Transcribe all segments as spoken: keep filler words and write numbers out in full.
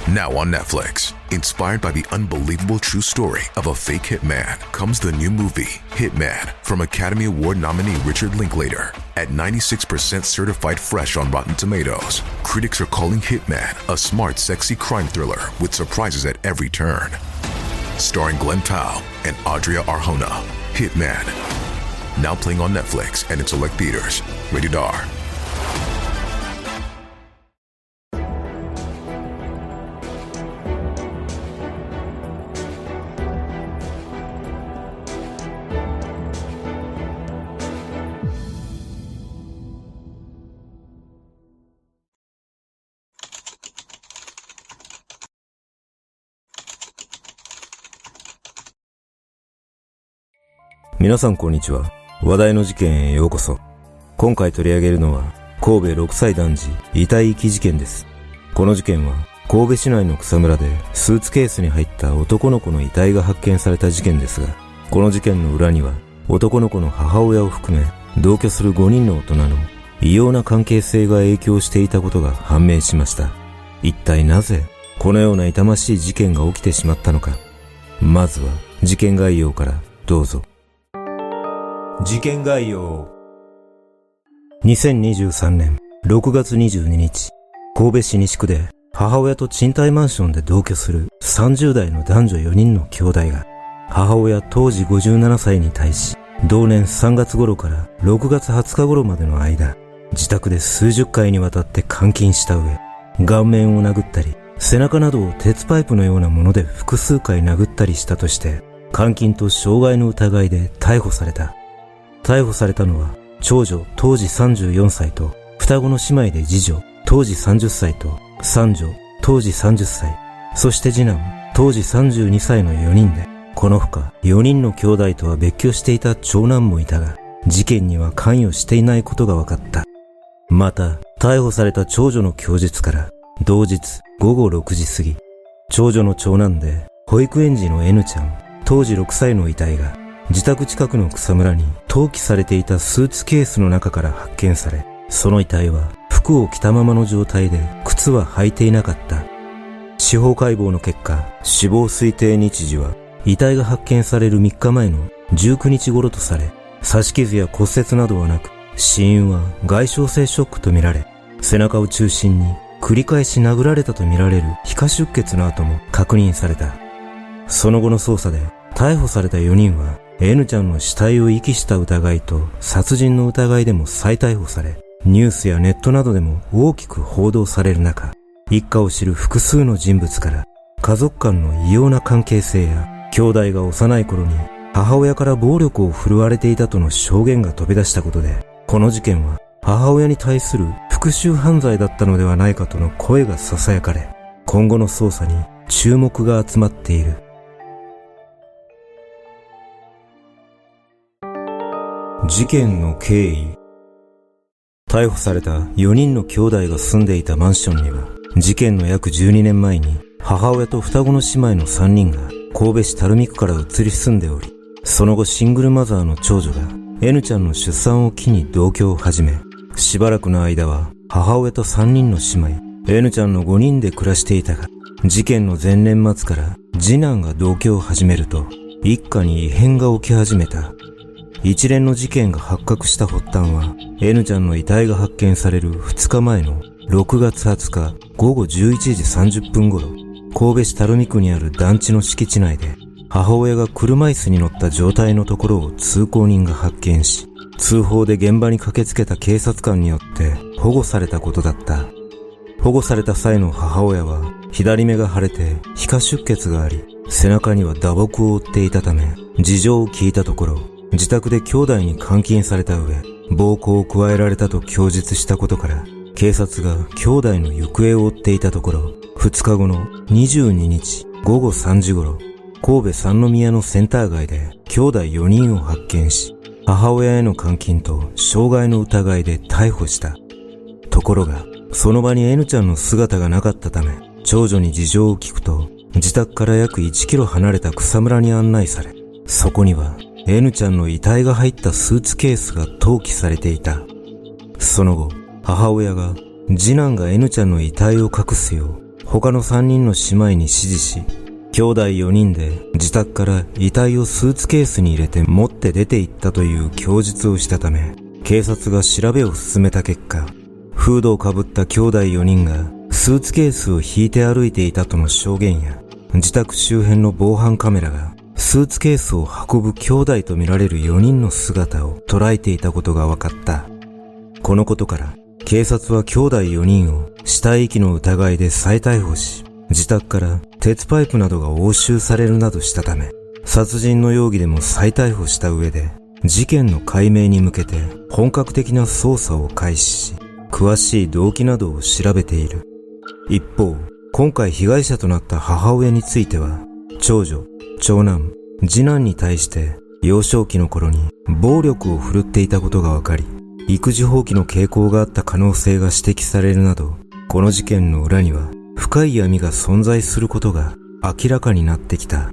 Now on Netflix, inspired by the unbelievable true story of a fake hitman, comes the new movie, Hitman, from Academy Award nominee Richard Linklater. At ninety-six percent certified fresh on Rotten Tomatoes, critics are calling Hitman a smart, sexy crime thriller with surprises at every turn. Starring Glenn Powell and Adria Arjona, Hitman. Now playing on Netflix and in select theaters. Rated R. 皆さんこんにちは。話題の事件へようこそ。今回取り上げるのは神戸ろくさい男児遺体遺棄事件です。この事件は神戸市内の草むらでスーツケースに入った男の子の遺体が発見された事件ですが、この事件の裏には男の子の母親を含め同居するごにんの大人の異様な関係性が影響していたことが判明しました。一体なぜこのような痛ましい事件が起きてしまったのか。まずは事件概要からどうぞ。事件概要。にせんにじゅうさんねんろくがつにじゅうににち、神戸市西区で母親と賃貸マンションで同居するさんじゅうだいの男女よにんの兄弟が、母親当時ごじゅうななさいに対し、同年さんがつ頃からろくがつはつか頃までの間、自宅で数十回にわたって監禁した上、顔面を殴ったり、背中などを鉄パイプのようなもので複数回殴ったりしたとして、監禁と傷害の疑いで逮捕された。逮捕されたのは、長女当時さんじゅうよんさいと、双子の姉妹で次女当時さんじゅっさいと、三女当時さんじゅっさい、そして次男当時さんじゅうにさいのよにんで、このほかよにんの兄弟とは別居していた長男もいたが、事件には関与していないことが分かった。また、逮捕された長女の供述から、同日ごごろくじ過ぎ、長女の長男で保育園児の N ちゃん当時ろくさいの遺体が、自宅近くの草むらに投棄されていたスーツケースの中から発見され、その遺体は服を着たままの状態で靴は履いていなかった。司法解剖の結果、死亡推定日時は遺体が発見されるみっかまえのじゅうくにち頃とされ、刺し傷や骨折などはなく、死因は外傷性ショックとみられ、背中を中心に繰り返し殴られたとみられる皮下出血の跡も確認された。その後の捜査で逮捕されたよにんは、N ちゃんの死体を遺棄した疑いと殺人の疑いでも再逮捕され、ニュースやネットなどでも大きく報道される中、一家を知る複数の人物から家族間の異様な関係性や兄弟が幼い頃に母親から暴力を振るわれていたとの証言が飛び出したことで、この事件は母親に対する復讐犯罪だったのではないかとの声が囁かれ、今後の捜査に注目が集まっている。事件の経緯。逮捕されたよにんの兄弟が住んでいたマンションには、事件の約じゅうにねんまえに母親と双子の姉妹のさんにんが神戸市垂水区から移り住んでおり、その後シングルマザーの長女が N ちゃんの出産を機に同居を始め、しばらくの間は母親とさんにんの姉妹 N ちゃんのごにんで暮らしていたが、事件の前年末から次男が同居を始めると、一家に異変が起き始めた。一連の事件が発覚した発端は、N ちゃんの遺体が発見されるふつかまえのろくがつはつかごごじゅういちじさんじゅっぷん頃、神戸市垂水区にある団地の敷地内で、母親が車椅子に乗った状態のところを通行人が発見し、通報で現場に駆けつけた警察官によって保護されたことだった。保護された際の母親は、左目が腫れて皮下出血があり、背中には打撲を負っていたため、事情を聞いたところ、自宅で兄弟に監禁された上、暴行を加えられたと供述したことから、警察が兄弟の行方を追っていたところ、ふつかごのにじゅうににちごごさんじ頃、神戸三宮のセンター街で兄弟よにんを発見し、母親への監禁と傷害の疑いで逮捕した。ところが、その場に N ちゃんの姿がなかったため、長女に事情を聞くと、自宅から約いちキロ離れた草むらに案内され、そこには N ちゃんの遺体が入ったスーツケースが投棄されていた。その後、母親が次男が N ちゃんの遺体を隠すよう他のさんにんの姉妹に指示し、兄弟よにんで自宅から遺体をスーツケースに入れて持って出て行ったという供述をしたため、警察が調べを進めた結果、フードをかぶった兄弟よにんがスーツケースを引いて歩いていたとの証言や、自宅周辺の防犯カメラがスーツケースを運ぶ兄弟とみられるよにんの姿を捉えていたことが分かった。このことから警察は兄弟よにんを死体遺棄の疑いで再逮捕し、自宅から鉄パイプなどが押収されるなどしたため、殺人の容疑でも再逮捕した上で、事件の解明に向けて本格的な捜査を開始し、詳しい動機などを調べている。一方、今回被害者となった母親については、長女、長男、次男に対して幼少期の頃に暴力を振るっていたことが分かり、育児放棄の傾向があった可能性が指摘されるなど、この事件の裏には深い闇が存在することが明らかになってきた。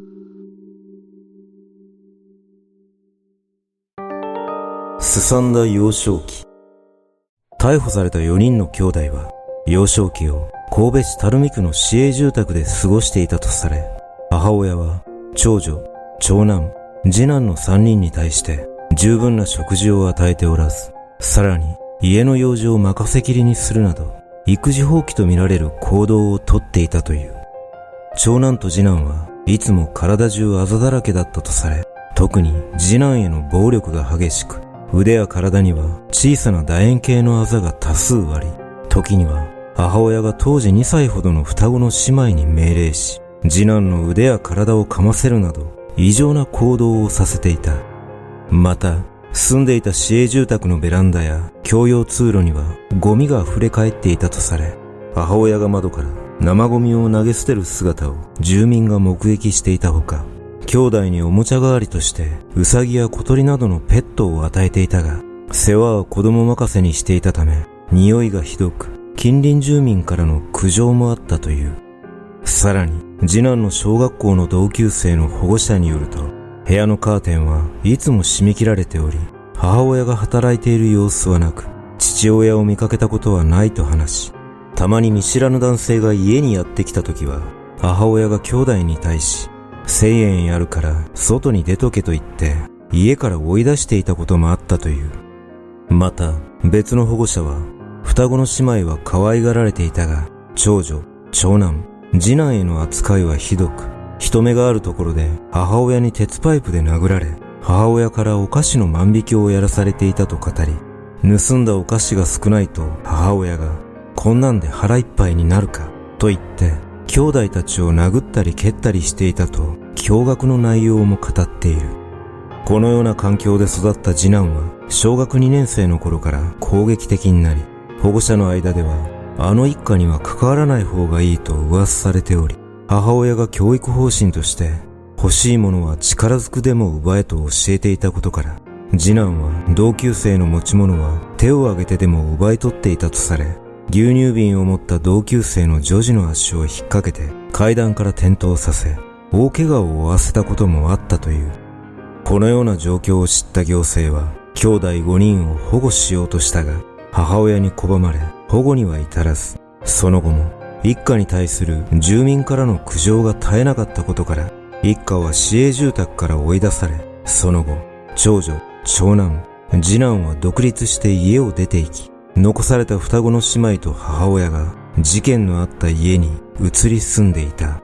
すさんだ幼少期。逮捕されたよにんの兄弟は、幼少期を神戸市垂水区の市営住宅で過ごしていたとされ、母親は長女、長男、次男のさんにんに対して十分な食事を与えておらず、さらに家の用事を任せきりにするなど、育児放棄とみられる行動をとっていたという。長男と次男はいつも体中あざだらけだったとされ、特に次男への暴力が激しく、腕や体には小さな楕円形のあざが多数あり、時には母親が当時にさいほどの双子の姉妹に命令し、次男の腕や体を噛ませるなど異常な行動をさせていた。また、住んでいた市営住宅のベランダや共用通路にはゴミが溢れ返っていたとされ、母親が窓から生ゴミを投げ捨てる姿を住民が目撃していたほか、兄弟におもちゃ代わりとしてウサギや小鳥などのペットを与えていたが、世話は子供任せにしていたため、匂いがひどく、近隣住民からの苦情もあったという。さらに、次男の小学校の同級生の保護者によると、部屋のカーテンはいつも閉め切られており、母親が働いている様子はなく、父親を見かけたことはないと話し、たまに見知らぬ男性が家にやってきた時は、母親が兄弟に対し、せんえんやるから外に出とけと言って、家から追い出していたこともあったという。また、別の保護者は、双子の姉妹は可愛がられていたが、長女、長男、次男への扱いはひどく、人目があるところで母親に鉄パイプで殴られ、母親からお菓子の万引きをやらされていたと語り、盗んだお菓子が少ないと母親が、こんなんで腹いっぱいになるか、と言って、兄弟たちを殴ったり蹴ったりしていたと、驚愕の内容も語っている。このような環境で育った次男は、小学にねん生の頃から攻撃的になり、保護者の間では、あの一家には関わらない方がいいと噂されており、母親が教育方針として、欲しいものは力ずくでも奪えと教えていたことから、次男は同級生の持ち物は手を挙げてでも奪い取っていたとされ、牛乳瓶を持った同級生の女児の足を引っ掛けて階段から転倒させ、大怪我を負わせたこともあったという。このような状況を知った行政は、兄弟ごにんを保護しようとしたが、母親に拒まれ、保護には至らず、その後も一家に対する住民からの苦情が絶えなかったことから、一家は市営住宅から追い出され、その後、長女、長男、次男は独立して家を出て行き、残された双子の姉妹と母親が事件のあった家に移り住んでいた。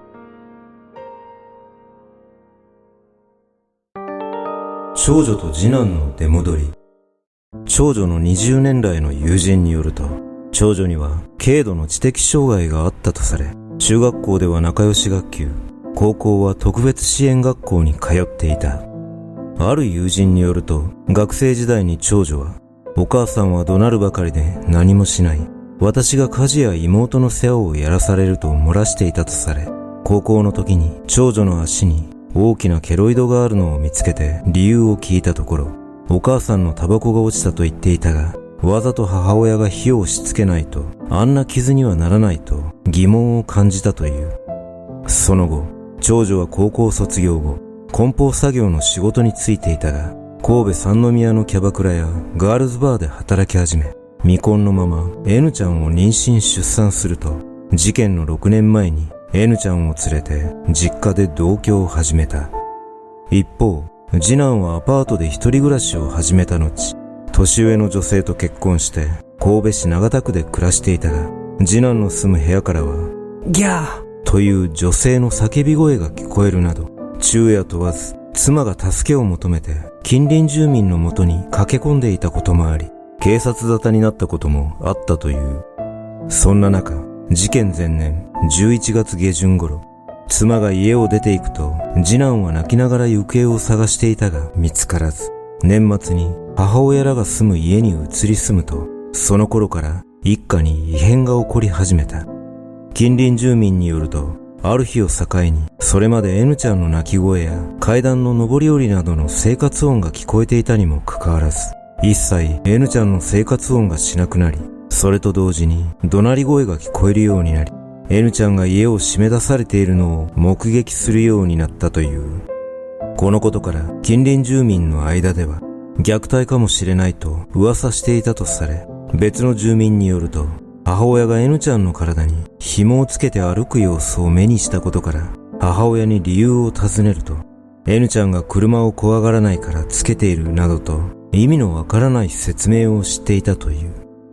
長女と次男の出戻り。長女のにじゅうねん来の友人によると、長女には軽度の知的障害があったとされ、中学校では仲良し学級、高校は特別支援学校に通っていた。ある友人によると、学生時代に長女は、お母さんは怒鳴るばかりで何もしない。私が家事や妹の世話をやらされると漏らしていたとされ、高校の時に長女の足に大きなケロイドがあるのを見つけて理由を聞いたところ、お母さんのタバコが落ちたと言っていたが、わざと母親が火を押し付けないとあんな傷にはならないと疑問を感じたという。その後、長女は高校卒業後、梱包作業の仕事に就いていたが、神戸三宮のキャバクラやガールズバーで働き始め、未婚のまま N ちゃんを妊娠出産すると、 事件のろくねんまえに N ちゃんを連れて実家で同居を始めた。一方、次男はアパートで一人暮らしを始めた後、年上の女性と結婚して神戸市長田区で暮らしていたが、次男の住む部屋からはギャーという女性の叫び声が聞こえるなど、昼夜問わず妻が助けを求めて近隣住民のもとに駆け込んでいたこともあり、警察沙汰になったこともあったという。そんな中、事件前年じゅういちがつげじゅん頃、妻が家を出て行くと、次男は泣きながら行方を探していたが見つからず、年末に母親らが住む家に移り住むと、その頃から一家に異変が起こり始めた。近隣住民によると、ある日を境に、それまで N ちゃんの泣き声や階段の上り下りなどの生活音が聞こえていたにもかかわらず、一切 N ちゃんの生活音がしなくなり、それと同時に怒鳴り声が聞こえるようになり、N ちゃんが家を締め出されているのを目撃するようになったという。このことから近隣住民の間では、虐待かもしれないと噂していたとされ、別の住民によると、母親が N ちゃんの体に紐をつけて歩く様子を目にしたことから、母親に理由を尋ねると、N ちゃんが車を怖がらないからつけているなどと意味のわからない説明をしていたという。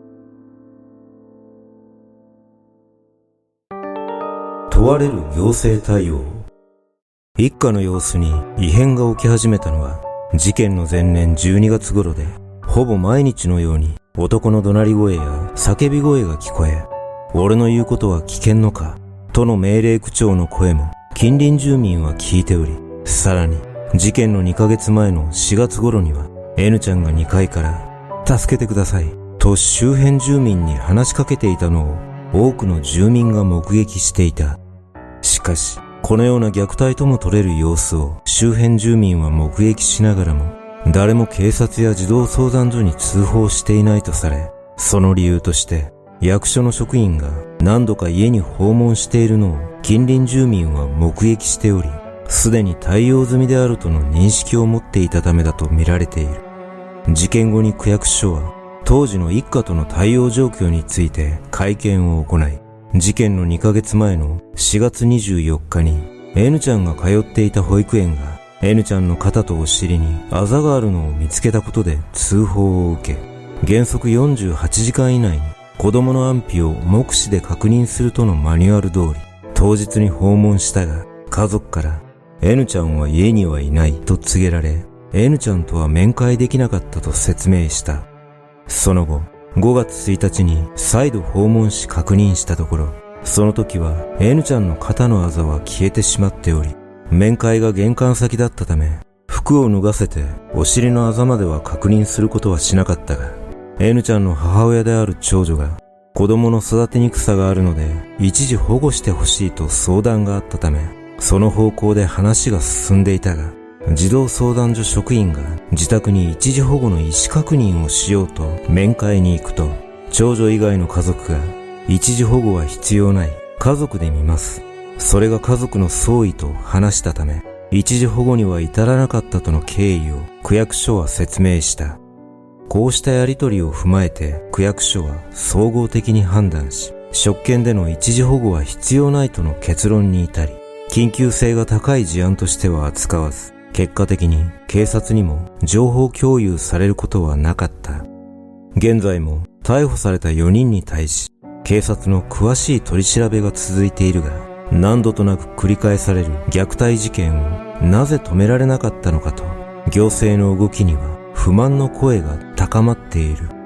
問われる行政対応。一家の様子に異変が起き始めたのは、事件の前年じゅうにがつ頃で、ほぼ毎日のように男の怒鳴り声や叫び声が聞こえ、俺の言うことは聞けんのかとの命令口調の声も近隣住民は聞いており、さらに事件のにかげつまえのしがつ頃には N ちゃんがにかいから助けてくださいと周辺住民に話しかけていたのを多くの住民が目撃していた。しかし、このような虐待とも取れる様子を周辺住民は目撃しながらも、誰も警察や児童相談所に通報していないとされ、その理由として役所の職員が何度か家に訪問しているのを近隣住民は目撃しており、すでに対応済みであるとの認識を持っていたためだと見られている。事件後に区役所は当時の一家との対応状況について会見を行い、事件のにかげつまえのしがつにじゅうよっかに N ちゃんが通っていた保育園が N ちゃんの肩とお尻にあざがあるのを見つけたことで通報を受け、原則よんじゅうはちじかん以内に子供の安否を目視で確認するとのマニュアル通り、当日に訪問したが、家族から N ちゃんは家にはいないと告げられ、N ちゃんとは面会できなかったと説明した。その後、ごがつついたちに再度訪問し確認したところ、その時は N ちゃんの肩のあざは消えてしまっており、面会が玄関先だったため、服を脱がせてお尻のあざまでは確認することはしなかったが、N ちゃんの母親である長女が子供の育てにくさがあるので一時保護してほしいと相談があったため、その方向で話が進んでいたが、児童相談所職員が自宅に一時保護の意思確認をしようと面会に行くと、長女以外の家族が一時保護は必要ない、家族で見ます、それが家族の総意と話したため、一時保護には至らなかったとの経緯を区役所は説明した。こうしたやりとりを踏まえて区役所は総合的に判断し、職権での一時保護は必要ないとの結論に至り、緊急性が高い事案としては扱わず、結果的に警察にも情報共有されることはなかった。現在も逮捕されたよにんに対し、警察の詳しい取り調べが続いているが、何度となく繰り返される虐待事件をなぜ止められなかったのかと、行政の動きには不満の声が高まっている。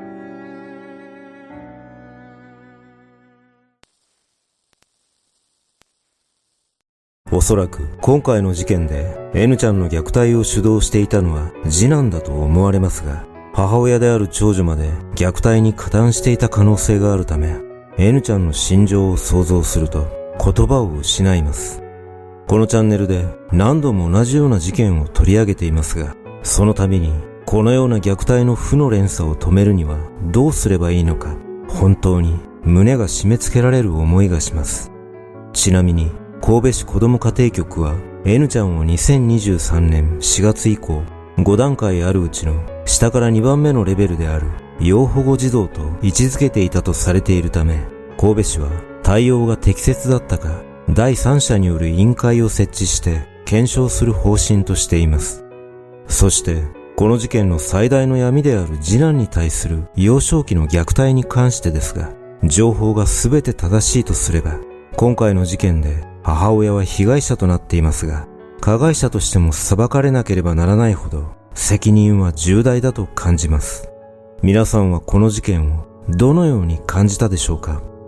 おそらく今回の事件で N ちゃんの虐待を主導していたのは次男だと思われますが、母親である長女まで虐待に加担していた可能性があるため、 N ちゃんの心情を想像すると言葉を失います。このチャンネルで何度も同じような事件を取り上げていますが、その度にこのような虐待の負の連鎖を止めるにはどうすればいいのか、本当に胸が締め付けられる思いがします。ちなみに神戸市子ども家庭局は N ちゃんをにせんにじゅうさんねんしがつ以降ごだんかいあるうちの下からにばんめのレベルである要保護児童と位置づけていたとされているため、神戸市は対応が適切だったか、第三者による委員会を設置して検証する方針としています。そして、この事件の最大の闇である次男に対する幼少期の虐待に関してですが、情報が全て正しいとすれば、今回の事件で母親は被害者となっていますが、加害者としても裁かれなければならないほど責任は重大だと感じます。皆さんはこの事件をどのように感じたでしょうか？